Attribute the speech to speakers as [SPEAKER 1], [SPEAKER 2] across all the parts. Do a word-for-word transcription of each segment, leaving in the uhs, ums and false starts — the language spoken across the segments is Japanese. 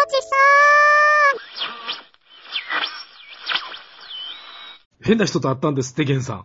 [SPEAKER 1] じさ
[SPEAKER 2] ーん。変な人と会ったんですって、ゲンさん。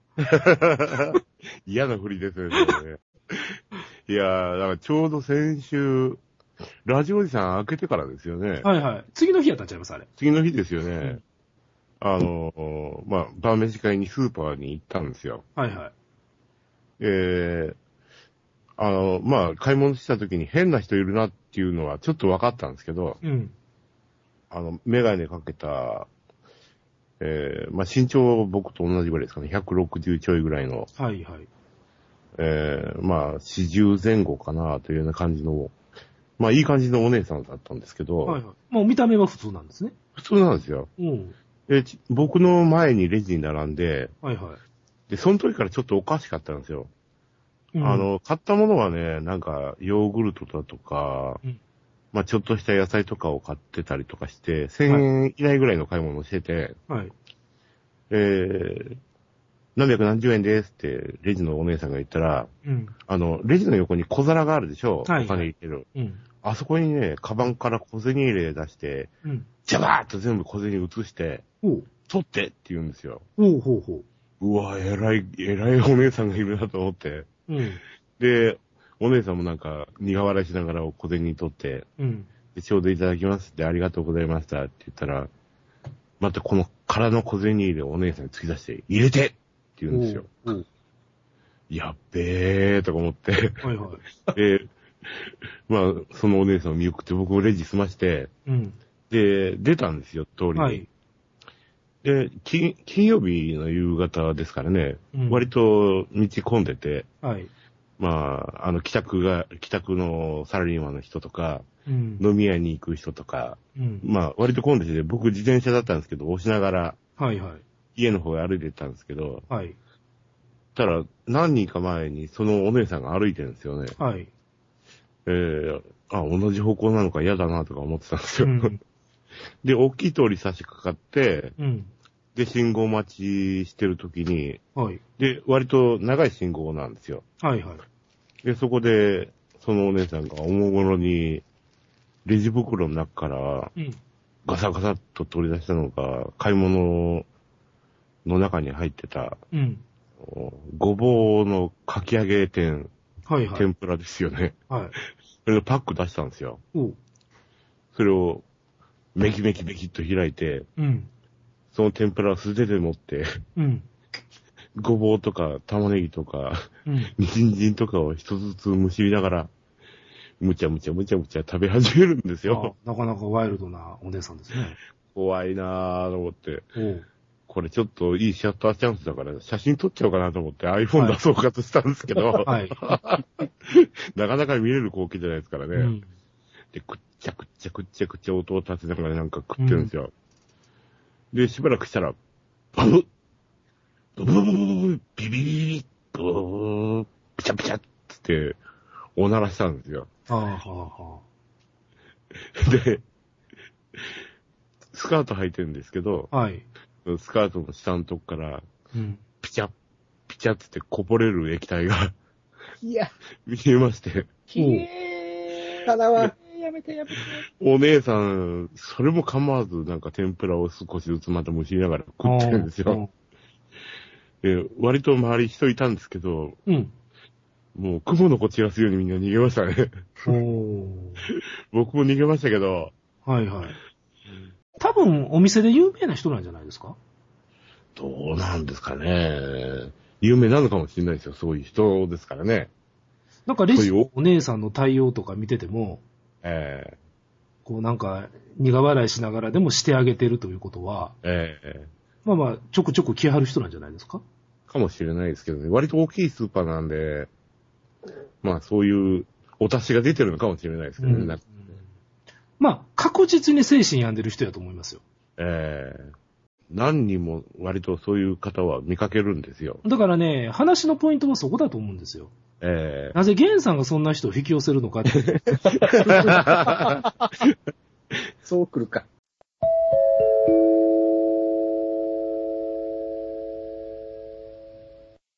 [SPEAKER 3] 嫌なふりですよね。いやー、だからちょうど先週、ラジオおじさん開けてからですよね。
[SPEAKER 2] はいはい。次の日やったんちゃいます、あれ。
[SPEAKER 3] 次の日ですよね。
[SPEAKER 2] うん、
[SPEAKER 3] あの、まあ、晩飯会にスーパーに行ったんですよ。
[SPEAKER 2] はいはい。
[SPEAKER 3] えー、あの、まあ、買い物した時に変な人いるなっていうのはちょっと分かったんですけど、
[SPEAKER 2] うん。
[SPEAKER 3] あの、メガネかけた、えー、まあ、身長僕と同じぐらいですかね。ひゃくろくじゅうちょいぐらいの、
[SPEAKER 2] はいはい。
[SPEAKER 3] えー、まあ、よんじゅう前後かなというような感じの、まあ、いい感じのお姉さんだったんですけど、
[SPEAKER 2] はいはい。もう見た目は普通なんですね。
[SPEAKER 3] 普通なんですよ。
[SPEAKER 2] うん。
[SPEAKER 3] で、僕の前にレジに並んで、
[SPEAKER 2] はいはい。
[SPEAKER 3] で、その時からちょっとおかしかったんですよ。うん、あの、買ったものはね、なんか、ヨーグルトだとか、うん、まあちょっとした野菜とかを買ってたりとかして、せんえん以内ぐらいの買い物をしてて、はい。えー、何百何十円ですって、レジのお姉さんが言ったら、うん、あの、レジの横に小皿があるでしょ、はい、お金入れる。うん、あそこにね、カバンから小銭入れ出して、うん、ジャバーッと全部小銭移して、取ってって言うんですよ。
[SPEAKER 2] ほうほうほう。
[SPEAKER 3] うわ、偉い、偉いお姉さんがいるなと思って。うん、で、お姉さんもなんか苦笑いしながら小銭に取って、うん、でちょうどいただきますってありがとうございましたって言ったら、またこの空の小銭入れをお姉さんに突き出して、入れてって言うんですよ。やっべーとか思って。はいはい。で、まあ、そのお姉さんを見送って僕もレジ済まして、うん、で、出たんですよ、通りに。はい、で、金、金曜日の夕方ですからね、うん、割と道混んでて、はい、まあ、あの、帰宅が、帰宅のサラリーマンの人とか、うん、飲み屋に行く人とか、うん、まあ、割と混んでて、僕自転車だったんですけど、押しながら、はいはい、家の方へ歩いてったんですけど、はい、たら、何人か前にそのお姉さんが歩いてるんですよね。はい。えー、あ、同じ方向なのか嫌だなとか思ってたんですよ。うん、で、大きい通り差し掛かって、うん、で、信号待ちしてる時に、はい。で、割と長い信号なんですよ。はいはい。で、そこで、そのお姉さんがおもむろに、レジ袋の中から、うん、ガサガサっと取り出したのが、買い物の中に入ってた、うん、ごぼうのかき揚げ天、はいはい、天ぷらですよね。はい。それのパック出したんですよ。おそれを、メキメキメキっと開いて、うん、その天ぷらを素手で持って、うん、ごぼうとか玉ねぎとか、うん、人参とかを一つずつむしりながら、むちゃむちゃむちゃむちゃ食べ始めるんですよ。
[SPEAKER 2] なかなかワイルドなお姉さんですね。
[SPEAKER 3] 怖いなぁと思って。これちょっといいシャッターチャンスだから写真撮っちゃおうかなと思って iPhone 出そうかとしたんですけど、はい、なかなか見れる光景じゃないですからね。うん、で、くっちゃくっちゃくっちゃくっちゃ音を立てながらなんか食ってるんですよ。うん、で、しばらくしたら、バブッブブブブブブビビビビビブーピチャピチャって、おならしたんですよ。はあはあはあ、で、スカート履いてるんですけど、はい、スカートの下のとこから、うん、ピチャピチャってこぼれる液体がいや見えまして。きれー。ただは、やめてやめて。お姉さん、それも構わずなんか天ぷらを少しずつまた蒸しながら食ってるんですよ。で割と周り人いたんですけど、うん、もう雲の子散らすようにみんな逃げましたね。僕も逃げましたけど。はいはい。
[SPEAKER 2] 多分お店で有名な人なんじゃないですか？
[SPEAKER 3] どうなんですかね。有名なのかもしれないですよ。そういう人ですからね。
[SPEAKER 2] なんかレジのお姉さんの対応とか見てても、ええー、こうなんか苦笑いしながらでもしてあげてるということは、ええー、まあまあちょくちょく来はる人なんじゃないですか？
[SPEAKER 3] かもしれないですけどね。割と大きいスーパーなんで、まあそういうお達しが出てるのかもしれないですけどね。うん、
[SPEAKER 2] まあ確実に精神病んでる人やと思いますよ。
[SPEAKER 3] ええー、何人も割とそういう方は見かけるんですよ。
[SPEAKER 2] だからね、話のポイントはそこだと思うんですよ。ええー、なぜゲンさんがそんな人を引き寄せるのかって。
[SPEAKER 4] そう来るか。